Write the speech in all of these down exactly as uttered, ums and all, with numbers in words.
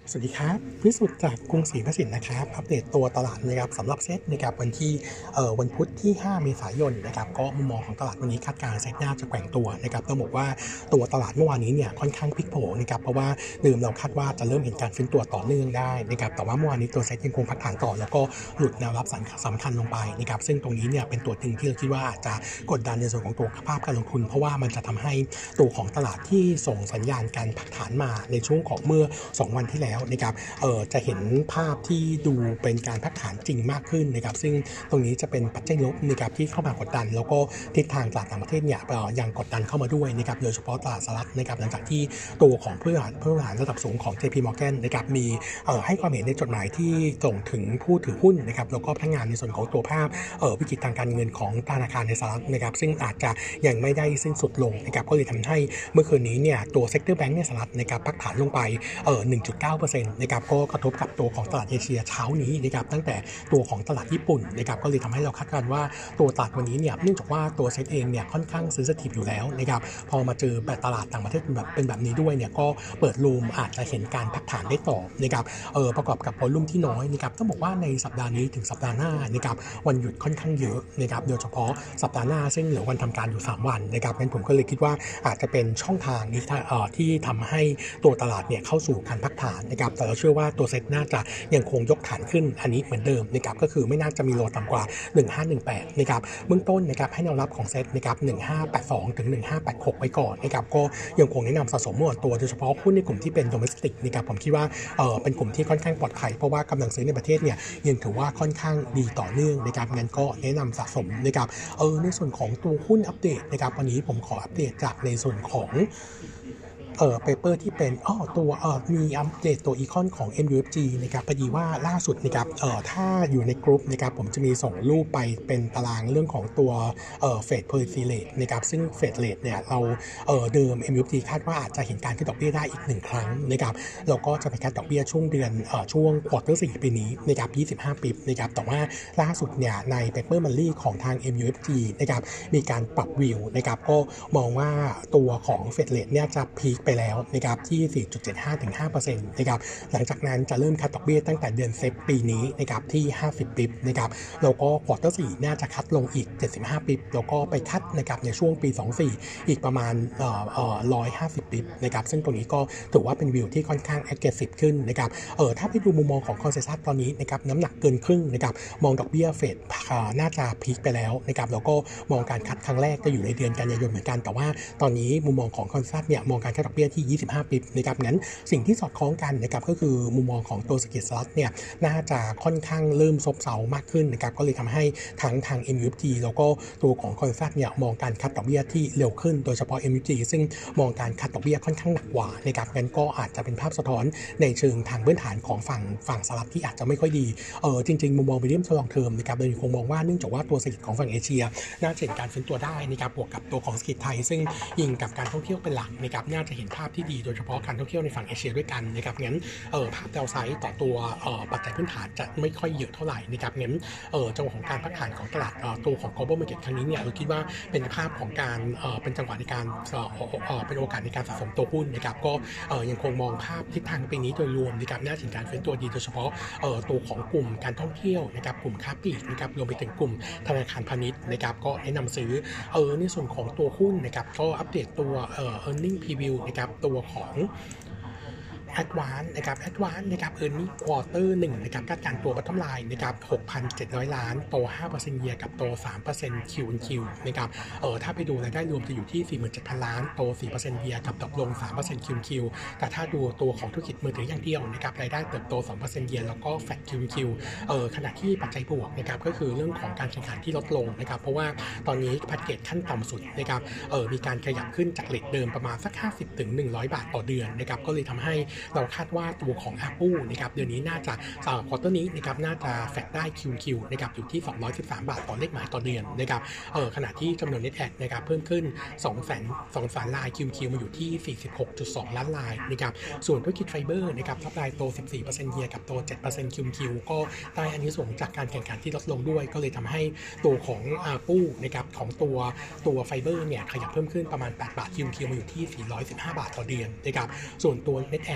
สวัสดีครับพิสุทธิ์จากกรุงศรีนครินทร์นะครับอัปเดตตัวตลาดนะครับสำหรับเซ็ตนะครับวันที่เอ่อวันพุธที่ห้าเมษายนนะครับก็มุมมองของตลาดวันนี้คาดการณ์เซ็ตน่าจะแกว่งตัวนะครับต้องบอกว่าตัวตลาดเมื่อวานนี้เนี่ยค่อนข้างพลิกโผนะครับเพราะว่าเดิมเราคาดว่าจะเริ่มเห็นการฟื้นตัวต่อเนื่องได้นะครับแต่ว่าเมื่อวานนี้ตัวเซ็ตยังคงพักฐานต่อแล้วก็หลุดแนวรับสำคัญลงไปนะครับซึ่งตรงนี้เนี่ยเป็นตัวตึงที่เราคิดว่าอาจจะกดดันในส่วนของตัวภาพการลงทุนเพราะว่ามันจะทำให้ตัวของตลาดที่ส่งสัญญาณการพักฐานมาในช่วงของเมื่อสองวันที่แล้วนะครับเอ่อจะเห็นภาพที่ดูเป็นการพักฐานจริงมากขึ้นนะครับซึ่งตรงนี้จะเป็นปัจจัยลบนะครับที่เข้ามากดดันแล้วก็ทิศทางตลาดต่างประเทศเนี่ยเอ่อยังกดดันเข้ามาด้วยนะครับโดยเฉพาะตลาดสหรัฐนะครับหลังจากที่ตัวของผู้บริหารผู้บริหารระดับสูงของ เจ พี Morgan นะครับมีเอ่อให้ความเห็นในจดหมายที่ส่งถึงผู้ถือหุ้นนะครับแล้วก็พนักงานในส่วนของตัวภาพเอ่อวิกฤตทางการเงินของธนาคารในสหรัฐนะครับซึ่งอาจจะยังไม่ได้สิ้นสุดลงนะครับก็เลยทำให้เมื่อคืนนี้เนี่ยตัวเซกเตอร์แบงก์ในสหรัฐนะครับพักฐานลงไปเอ่อ หนึ่งจุดเก้าเปอร์เซ็นต์ นะครับก็กระทบกับตัวของตลาดเอเชียเช้านี้นะครับตั้งแต่ตัวของตลาดญี่ปุ่นนะครับก็เลยทำให้เราคาดการณ์ว่าตัวตลาดวันนี้เนี่ยเนื่องจากว่าตัวเซ็ตเองเนี่ยค่อนข้างเซนซิทีฟอยู่แล้วนะครับพอมาเจอแบบตลาดต่างประเทศเป็นแบบเป็นแบบนี้ด้วยเนี่ยก็เปิดรูมอาจจะเห็นการพักฐานได้ต่อนะครับเออประกอบกับวอลุ่มที่น้อยนะครับต้องบอกว่าในสัปดาห์นี้ถึงสัปดาห์หน้านะครับวันหยุดค่อนข้างเยอะนะครับโดยเฉพาะสัปดาห์หน้าซึ่งเหลือวันทำการอยู่สามวันนะครับงั้นผมก็เลยคิดว่าอาจจะเป็นช่องทางนี้เอ่อที่ทำให้ตัวตลาดเนี่ยเข้าสู่การพักฐานนะครับแต่เราเชื่อว่าตัวเซ็ตน่าจะยังคงยกฐานขึ้นอันนี้เหมือนเดิมนะครับก็คือไม่น่าจะมีโลต่ำกว่าหนึ่งพันห้าร้อยสิบแปดนะครับเบื้องต้นนะครับให้แนวรับของเซ็ตนะครับหนึ่งพันห้าร้อยแปดสิบสองถึงหนึ่งพันห้าร้อยแปดสิบหกไว้ก่อนนะครับก็ยังคงแนะนำสะสมม้วนตัวโดยเฉพาะหุ้นในกลุ่มที่เป็น domestic นะครับผมคิดว่าเออเป็นกลุ่มที่ค่อนข้างปลอดภัยเพราะว่ากำลังซื้อในประเทศเนี่ยยังถือว่าค่อนข้างดีต่อเนื่องนะครับงั้นก็แนะนำสะสมนะครับเออในส่วนของตัวหุ้นอัปเดตนะครับวันนี้ผมขออัปเดตจากในส่วนของเอ่อเปเปอร์ที่เป็นอ้อตัวเอ่อมีอัปเดตตัวอีคอนของ เอ็ม ยู เอฟ จี นะครับพอดีว่าล่าสุดนะครับเอ่อถ้าอยู่ในกลุ่มนะครับผมจะมีส่งรูปไปเป็นตารางเรื่องของตัวเอ่อเฟด policy rate นะครับซึ่งเฟด rate เนี่ยเราเอ่อเดิม เอ็ม ยู เอฟ จี คาดว่าอาจจะเห็นการขึ้นดอกเบี้ยได้อีกหนึ่งครั้งนะครับเราก็จะไปคัดดอกเบี้ยช่วงเดือนเอ่อช่วงควอเตอร์สี่ปีนี้นะครับยี่สิบห้าปีนะครับแต่ว่าล่าสุดเนี่ยใน paper monthly ของทาง เอ็ม ยู เอฟ จี นะครับมีการปรับวิวนะครับก็มองว่าตัวของเฟด rate เนี่ยจะพีคไปแล้วนะครับที่ สี่จุดเจ็ดห้าถึงห้าเปอร์เซ็นต์ นะครับหลังจากนั้นจะเริ่มคัดดอกเบี้ยตั้งแต่เดือนเซปปีนี้นะครับที่ห้าสิบปิบนะครับแล้วก็ควอเตอร์สี่น่าจะคัดลงอีกเจ็ดสิบห้าปิบแล้วก็ไปคัดนะครับในช่วงปีสองสี่อีกประมาณเอ่อเอ่อหนึ่งร้อยห้าสิบปิบนะครับซึ่งตรงนี้ก็ถือว่าเป็นวิวที่ค่อนข้าง aggressive ขึ้นนะครับเออถ้าไปดูมุมมองของ consensus ตอนนี้นะครับน้ำหนักเกินครึ่งนะครับมองดอกเบี้ยเฟดน่าจะพีคไปแล้วนะครับแล้วก็มองการคัดครั้งแรกจะอยู่ในเดือนกันยายนเหมือนกันแต่ว่าตอนนี้มุมมองของ consensus เนี่ยมองการคัดดอกเบี้ยที่ยี่สิบห้าปิบนะครับงั้นสิ่งที่สอดคล้องกันนะครับก็คือมุมมองของตัวเศรษฐกิจสหรัฐเนี่ยน่าจะค่อนข้างเริ่มซบเซามากขึ้นนะครับก็เลยทำให้ทั้งทาง เอ็ม ยู เอฟ จี แล้วก็ตัวของคอนซัลท์เนี่ยมองการคัดดอกเบี้ยที่เร็วขึ้นโดยเฉพาะ เอ็ม ยู จี ซึ่งมองการคัดดอกเบี้ยค่อนข้างหนักกว่านะครับงั้นก็อาจจะเป็นภาพสะท้อนในเชิงทางพื้นฐานของฝั่งฝั่งสหรัฐที่อาจจะไม่ค่อยดีเออจริงๆมุมมองมีเดียมลองเทอมนะครับโดยคงมองว่าเนื่องจากว่าตัวเศรษฐกิจของฝั่งเอเชียน่าจะเห็นการฟื้นตัวได้นะครับบวกกับตัวของเศรษฐกิจไทยซึ่งยิงกับการท่องเที่ยวเป็นหลักนะครับน่าจะเห็นภาพที่ดีโดยเฉพาะการท่องเที่ยวในฝั่งเอเชียด้วยกันนะครับงั้นเออภาพดาวไซด์ต่อตัวเอ่อปัจจัยพื้นฐานจะไม่ค่อยเยอะเท่าไหร่นะครับงั้นเออจังหวะของการพักฐานของตลาดเอ่อตัวของ global market ครั้งนี้เนี่ยเราคิดว่าเป็นภาพของการเอ่อเป็นจังหวะในการเอ่อเอ่อเป็นโอกาสในการสะสมตัวหุ้นนะครับก็เอ่อยังคงมองภาพทิศทางปีนี้โดยรวมนะครับน่าจะเห็นการฟื้นตัวดีโดยเฉพาะเอ่อตัวของกลุ่มการท่องเที่ยวนะครับกลุ่มค้าปลีกนะครับรวมไปถึงกลุ่มธนาคารพาณิชย์นะครับก็แนะนำซื้อเออในส่วนของตัวหุ้นนะครับก็อัปเดตตัวเอ่อ earning preview นะครับตัวของAdvance นะครับ Advance นะครับ Earning Quarter หนึ่งนะครับคาดการณ์ตัว Bottom Line นะครับ หกพันเจ็ดร้อย ล้านโต ห้าเปอร์เซ็นต์ Year กับโต สามเปอร์เซ็นต์ Q on Q นะครับเอ่อถ้าไปดูรายได้รวมจะอยู่ที่ สี่หมื่นเจ็ดพัน ล้านโต สี่เปอร์เซ็นต์ Year กับตกลง สามเปอร์เซ็นต์ Q on Q แต่ถ้าดูตัวของธุรกิจมือถืออย่างเดียวนะครับรายได้เติบโต สองเปอร์เซ็นต์ Year แล้วก็ Flat Q on Q เอ่อขณะที่ปัจจัยบวกนะครับก็คือเรื่องของการแข่งขันที่ลดลงนะครับเพราะว่าตอนนี้แพ็คเกจขั้นต่ำสุดนะครับเอ่อมีการขยับขึ้นจากเรทเดิมประมาณสักห้าสิบถึงหนึ่งร้อยบาทต่อเดือนนะครับก็เลยทำให้เราคาดว่าตัวของ Apple นะครับเดือนนี้น่าจะเอ่อควอเตอร์นี้นะครับน่าจะแฟกได้ คิว คิว นะครับอยู่ที่สองร้อยสิบสามบาทต่อเลขหมายต่อเดือนนะครับเอ่อขณะที่จำนวน Net Add นะครับเพิ่มขึ้นสองแสน สองแสนลาย คิว คิว มาอยู่ที่ สี่สิบหกจุดสอง ล้านลายนะครับส่วนธุรกิจไฟเบอร์นะครับท็อปไลน์โต สิบสี่เปอร์เซ็นต์ Year กับโต เจ็ดเปอร์เซ็นต์ คิว คิว ก็ได้อานิสงส์จากการแข่งขันที่ลดลงด้วยก็เลยทำให้ตัวของ Apple นะครับของตัวตัวไฟเบอร์เนี่ยขยับเพิ่มขึ้นประมาณแปดบาท คิว คิว มาอยู่ที่สี่ร้อยสิบห้าบาทต่อเดือนนะครับส่วนตัว Net Add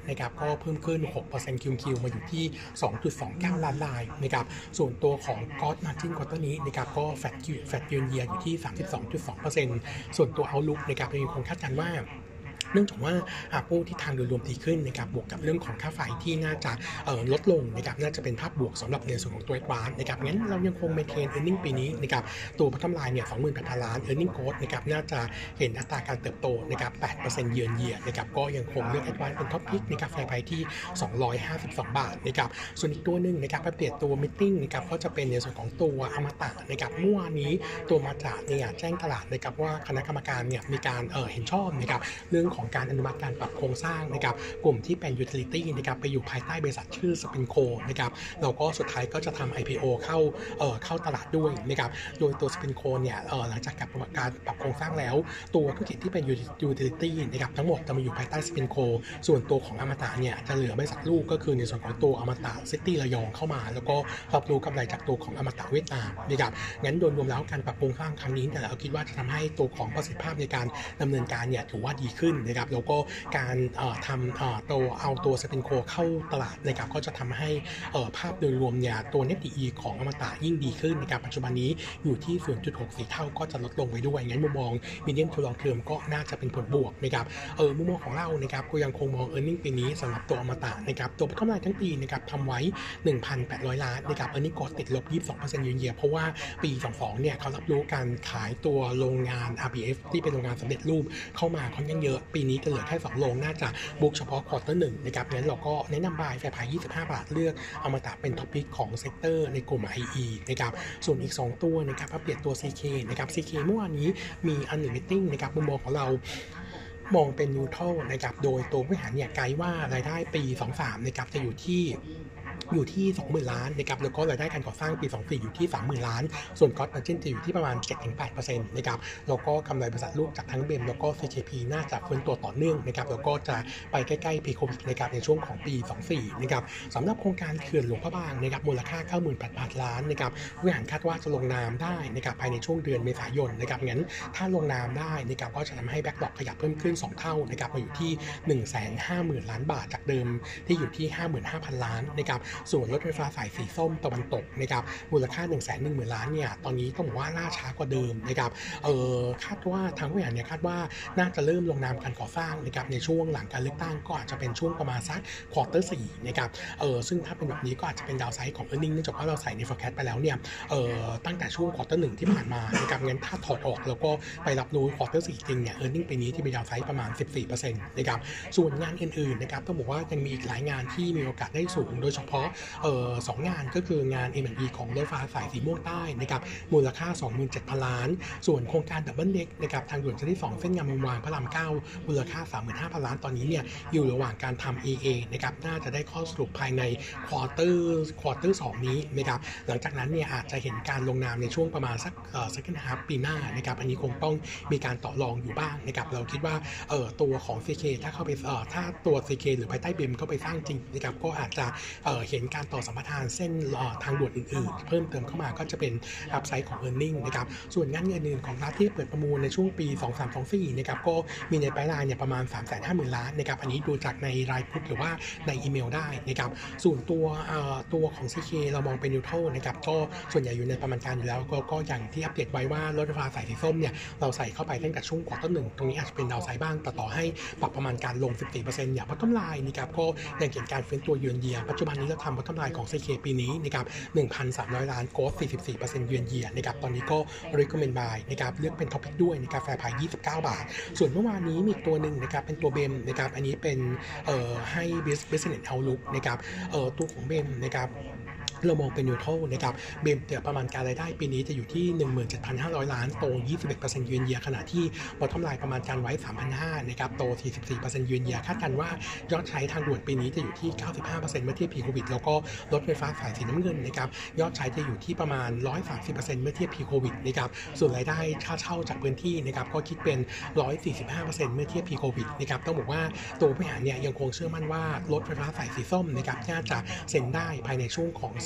นะครับก็เพิ่มขึ้น หกเปอร์เซ็นต์ คิว คิว มาอยู่ที่ สองจุดสองเก้า ล้านรายนะครับส่วนตัวของ Gross Margin Quarter นี้นะครับก็ Flat Flat Year on Year อยู่ที่ สามสิบสองจุดสองเปอร์เซ็นต์ ส่วนตัว Outlook นะครับยังคงคาดการณ์ว่าเนื่องจากว่าอาปูที่ทางโดยรวมดีขึ้นนะครับบวกกับเรื่องของค่าไฟที่น่าจะลดลงนะครับน่าจะเป็นภาพบวกสำหรับในส่วนของตัว Advance นะครับงั้นเรายังคง maintain earning ปีนี้นะครับตัว bottom line เนี่ย สองหมื่นแปดพัน ล้าน earning growth นะครับน่าจะเห็นอัตราการเติบโตนะครับ แปดเปอร์เซ็นต์ year on year นะครับก็ยังคงเลือก Advance เป็น top pick นะครับแฟร์ไพรซ์ที่สองร้อยห้าสิบสองบาทนะครับส่วนอีกตัวหนึ่งนะครับอัปเดตตัว meeting นะครับก็จะเป็นในส่วนของตัวอมตะนะครับเมื่อวานนี้ตัวอมตะเนี่ยแจ้งตลาดนะครับว่าคณะกรรมการเนี่ยมีการเอ่อเห็นชอบนะครับเรื่องของการอนุมัติการปรับโครงสร้างนะครับกลุ่มที่เป็น utility นะครับไปอยู่ภายใต้บริษัทชื่อ Spinco นะครับแล้วก็สุดท้ายก็จะทำ ไอ พี โอ เข้าเอ่อเข้าตลาดด้วยนะครับโดยตัว Spinco เนี่ยเอ่อหลังจากการปรับโครงสร้างแล้วตัวธุรกิจที่เป็น utility นะครับทั้งหมดจะมาอยู่ภายใต้ Spinco ส่วนตัวของอมตะเนี่ยจะเหลือบริษัทลูกก็คือในส่วนของตัวอมตะซิตี้ระยองเข้ามาแล้วก็รับรู้กำไรจากตัวของอมตะเวียดนามนะครับงั้นโดยรวมแล้วการปรับโครงสร้างครั้งนี้เนี่ยเราคิดว่าจะทำให้ตัวของประสิทธิภาพในการดำเนินการเนี่ยถือว่าดีขึ้นนะครับแล้วก็การทำตัวเอาตัวสเปนโคเข้าตลาดนะครับก็จะทำให้ภาพโดยรวมเนี่ยตัว Net ดี อี ของอมตะยิ่งดีขึ้นนะครับปัจจุบันนี้อยู่ที่ ศูนย์จุดหกสี่ เท่าก็จะลดลงไปด้วยงั้นมุมมอง Medium to Long Term ก็น่าจะเป็นผลบวกนะครับเออมุมมองของเรานะครับก็ยังคงมอง Earning ปีนี้สำหรับตัวอมตะนะครับตัวกำไรทั้งปีนะครับทำไว้ หนึ่งพันแปดร้อย ล้านนะครับ Earning Growth ติดลบ ยี่สิบสองเปอร์เซ็นต์ year-on-year เพราะว่าปี สองสิบสอง เนี่ยเขารับรู้การขายตัวโรงงาน อาร์ บี เอฟ ที่เป็นโรงงานสำเร็จรูปเข้ามาค่อนข้างเยอะปีนี้จะเหลือแค่สองโรงน่าจะบุกเฉพาะควอเตอร์หนึ่งนะครับงั้นเราก็แนะนำบายแฟร์ไพรซ์ยี่สิบห้าบาทเลือกอมตะเป็นท็อปพิกของเซกเตอร์ในกลุ่ม ไอ อี นะครับส่วนอีกสองตัวนะครับอัปเดตตัว ซี เค นะครับ ซี เค เมื่อวานนี้มีอันหนึ่งมิทติ้งนะครับมุมมองของเรามองเป็นนิวทรัลนะครับโดยตัวผู้บริหารเนี่ยไกด์ว่ารายได้ปีสองสิบสามนะครับจะอยู่ที่อยู่ที่ สองหมื่น ล้านนะครับแล้วก็รายได้การก่อสร้างปีสองสิบสี่อยู่ที่ สามหมื่น ล้านส่วน Gross Margin จะอยู่ที่ประมาณ เจ็ดถึงแปดเปอร์เซ็นต์ นะครับแล้วก็กำไรบริษัทลูกจากทั้งเบมแล้วก็ ซี เค พี น่าจะฟื้นตัวต่อเนื่องนะครับแล้วก็จะไปใกล้ๆ Pre-Covid นะครับในช่วงของปีสองสิบสี่นะครับสำหรับโครงการเขื่อนหลวงพระบางนะครับมูลค่า เก้าหมื่นแปดพัน ล้านนะครับผู้บริหารคาดว่าจะลงนามได้นะครับภายในช่วงเดือนเมษายนนะครับงั้นถ้าลงนามได้นะครับก็จะทำให้แบ็คล็อกขยับเพิ่มขึ้นสองเท่านะครับมาอยู่ที่ หนึ่งแสนห้าหมื่น ล้านบาทจากเดิมที่อยู่ที่ ห้าหมื่นห้าพัน ล้านนะครับส่วนรถไฟฟ้าสายสีส้มตะวันตกนะครับมูลค่า หนึ่งแสนหนึ่งหมื่น ล้านเนี่ยตอนนี้ต้องบอกว่าล่าช้ากว่าเดิมนะครับเอ่อคาดว่าทางผู้บริหารเนี่ยคาดว่าน่าจะเริ่มลงนามการก่อสร้างนะครับในช่วงหลังการเลือกตั้งก็อาจจะเป็นช่วงประมาณสักควอเตอร์สี่นะครับเออซึ่งถ้าเป็นแบบนี้ก็อาจจะเป็นดาวไซด์ของ earning เนื่องจากว่าเราใส่ใน forecast ไปแล้วเนี่ยเอ่อตั้งแต่ช่วงควอเตอร์หนึ่งที่ผ่านมานะครับงั้นถ้าถอดออกแล้วก็ไปรับรู้ควอเตอร์สี่จริงเนี่ย earning ปีนี้ที่เป็นดาวไซด์ประมาณ สิบสี่เปอร์เซ็นต์ นะครับส่วนงานอื่นๆนะครับต้องบอกว่ายังมีอีกหลายงานที่มีโอกาสได้สูงโดยเฉพาะเอ่อสองงานก็คืองาน เอ็ม แอนด์ อี ของรถไฟฟ้าสายสีม่วงใต้นะครับมูลค่า สองหมื่นเจ็ดพัน ล้านส่วนโครงการดับเบิลเด็กนะครับทางด่วนเส้นที่สองเส้นงามวงวานพระรามเก้ามูลค่า สามหมื่นห้าพัน ล้านตอนนี้เนี่ยอยู่ระหว่างการทำ เอ เอ นะครับน่าจะได้ข้อสรุปภายในควอเตอร์ควอเตอร์สองนี้นะครับหลังจากนั้นเนี่ยอาจจะเห็นการลงนามในช่วงประมาณสักเอ่อ second half ปีหน้านะครับอันนี้คงต้องมีการต่อรองอยู่บ้างนะครับเราคิดว่าเอ่อตัวของ ซี เค ถ้าเข้าไปเอ่อถ้าตัว ซี เค หรือภายใต้เบมเข้าไปสร้างจริงนะครับก็อาจจะเอ่อเห็นการต่อสัมปทานเส้นเอ่อทางด่วนอื่นๆเพิ่มเติมเข้ามาก็จะเป็นอัพไซด์ของ earning นะครับส่วนงานเงินอื่นของรัฐที่เปิดประมูลในช่วงปีสองพันสามร้อยยี่สิบสี่นะครับก็มีในไพป์ไลน์เนี่ยประมาณ สามแสนห้าหมื่น ล้านนะครับอันนี้ดูจากในรายพุธหรือว่าในอีเมลได้นะครับส่วนตัวเอ่อตัวของ ซี เค เรามองเป็นนิวทรัลนะครับก็ส่วนใหญ่อยู่ในประมาณการอยู่แล้วก็ก็อย่างที่อัปเดตไว้ว่ารถไฟฟ้าสายสีส้มเนี่ยเราใส่เข้าไปตั้งแต่ช่วงควอเตอร์หนึ่งตรงนี้อาจจะเป็นดาวไซด์บ้างแต่ต่อให้ปรับประมาณการลง สิบสี่เปอร์เซ็นต์ อย่างบอททอมไลน์นะครับก็ยังเห็นการฟื้นตัวเยือนเยียปัจจุบันนี้เราทำบอททอมไลน์ของ ซี เค ปีนี้นะครับ หนึ่งพันสามร้อย ล้านโกลด์ สี่สิบสี่เปอร์เซ็นต์ เยือนเยียนะครับตอนนี้ก็ recommend buy นะครับเลือกเป็น topic ด้วยนะครับแฟร์ไพรซ์ยี่สิบเก้าบาทส่วนเมื่อวานนี้มีตัวหนึ่งนะครับเป็นตัวเบมนะครับอันนี้เป็นเอ่อให้ business outlook นะครับเอ่อตัวของเบมนะครับเรามองเป็นนิวทรัลนะครับเบมเนี่ยประมาณการรายได้ปีนี้จะอยู่ที่ หนึ่งหมื่นเจ็ดพันห้าร้อย ล้านโต ยี่สิบเอ็ดเปอร์เซ็นต์ เยือนเยียขณะที่บอททอมไลน์ประมาณการไว้ สามพันห้าร้อย นะครับโต สี่สิบสี่เปอร์เซ็นต์ เยือนเยียคาดกันว่ายอดใช้ทางด่วนปีนี้จะอยู่ที่ เก้าสิบห้าเปอร์เซ็นต์ เมื่อเทียบ pre-covid แล้วก็รถไฟฟ้าสายสีน้ำเงินนะครับยอดใช้จะอยู่ที่ประมาณ หนึ่งร้อยสามสิบเปอร์เซ็นต์ เมื่อเทียบ pre-covid นะครับส่วนรายได้ค่าเช่าจากพื้นที่นะครับก็คิดเป็น หนึ่งร้อยสี่สิบห้าเปอร์เซ็นต์ เมื่อเทียบ pre-covid นะครับต้องบอกว่าตัวผู้บริหารเนี่ยยังคงเชื่อมั่นว่ารถไฟฟ้าสายสีส้มนะครับน่าจะเซ็นได้ภายในช่วงของ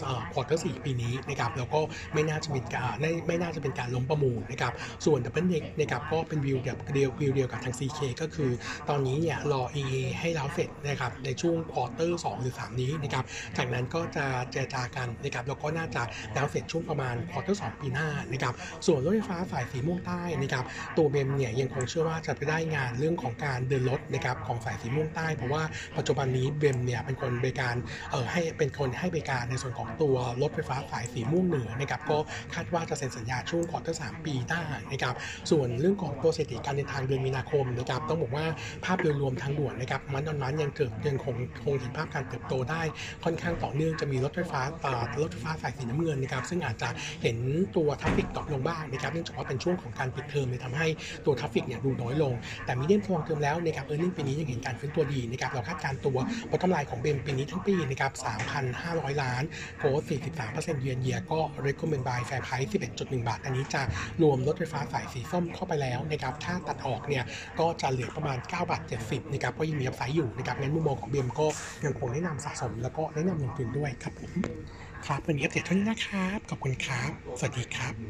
ควอเตอร์สี่ปีนี้นะครับแล้วก็ไม่น่าจะเป็นการไม่ไม่น่าจะเป็นการล้มประมูลนะครับส่วน Double Neck นะครับก็เป็นวิวเดียวเดียววิวเดียวกับทาง ซี เค ก็คือตอนนี้เนี่ยรอ อี เอ ให้แล้วเสร็จนะครับในช่วงควอเตอร์สองหรือสามนี้นะครับจากนั้นก็จะเจรจากันนะครับแล้วก็น่าจะแล้วเสร็จช่วงประมาณควอเตอร์สองปีหน้านะครับส่วนรถไฟฟ้าสายสีม่วงใต้นะครับตัวเบมเนี่ยยังคงเชื่อว่าจะไปได้งานเรื่องของการเดินรถนะครับของสายสีม่วงใต้เพราะว่าปัจจุบันนี้เบมเนี่ยเป็นคนบริการเอ่อให้เป็นคนให้บริการในส่วนของตัวรถไฟฟ้าสายสีม่วงเหนือนะครับก็คาดว่าจะเซ็นสัญญาช่วงควอเตอร์สามปีหน้านะครับส่วนเรื่องของตัวเศรษฐกิจการเดินทางเดือนมีนาคมนะครับต้องบอกว่าภาพโดยรวมทางด่วนนะครับมันนอนมันยังเกิดยังคงคงเห็นภาพการเติบโตได้ค่อนข้างต่อเนื่องจะมีรถไฟฟ้ารถไฟฟ้าสายสีน้ำเงินนะครับซึ่งอาจจะเห็นตัวทราฟฟิกดรอปลงบ้างนะครับเนื่องจากว่าเป็นช่วงของการปิดเทอมเลยทำให้ตัวทราฟฟิกเนี่ยดูน้อยลงแต่มีเดียมทองเทอมแล้วนะครับเออร์เน็งปีนี้ยังเห็นการฟื้นตัวดีนะครับเราคาดการตัวบอททอมไลน์ของเบมปีนี้ทั้งปีนะครับ สามพันห้าร้อย ล้านโกลด์ สี่สิบสามเปอร์เซ็นต์ เยือนเยียก็ recommend buy fair price สิบเอ็ดจุดหนึ่ง บาทอันนี้จะรวมรถไฟฟ้าสายสีส้มเข้าไปแล้วนะครับถ้าตัดออกเนี่ยก็จะเหลือประมาณเก้าบาทเจ็ดสิบนะครับก็ยังมีอัพไซด์อยู่นะครับงั้นมุมมองของเบมก็ยังคงแนะนำสะสมแล้วก็แนะนำลงทุนด้วยครับผมครับวันนี้อัปเดตเท่านี้นะครับขอบคุณครับสวัสดีครับ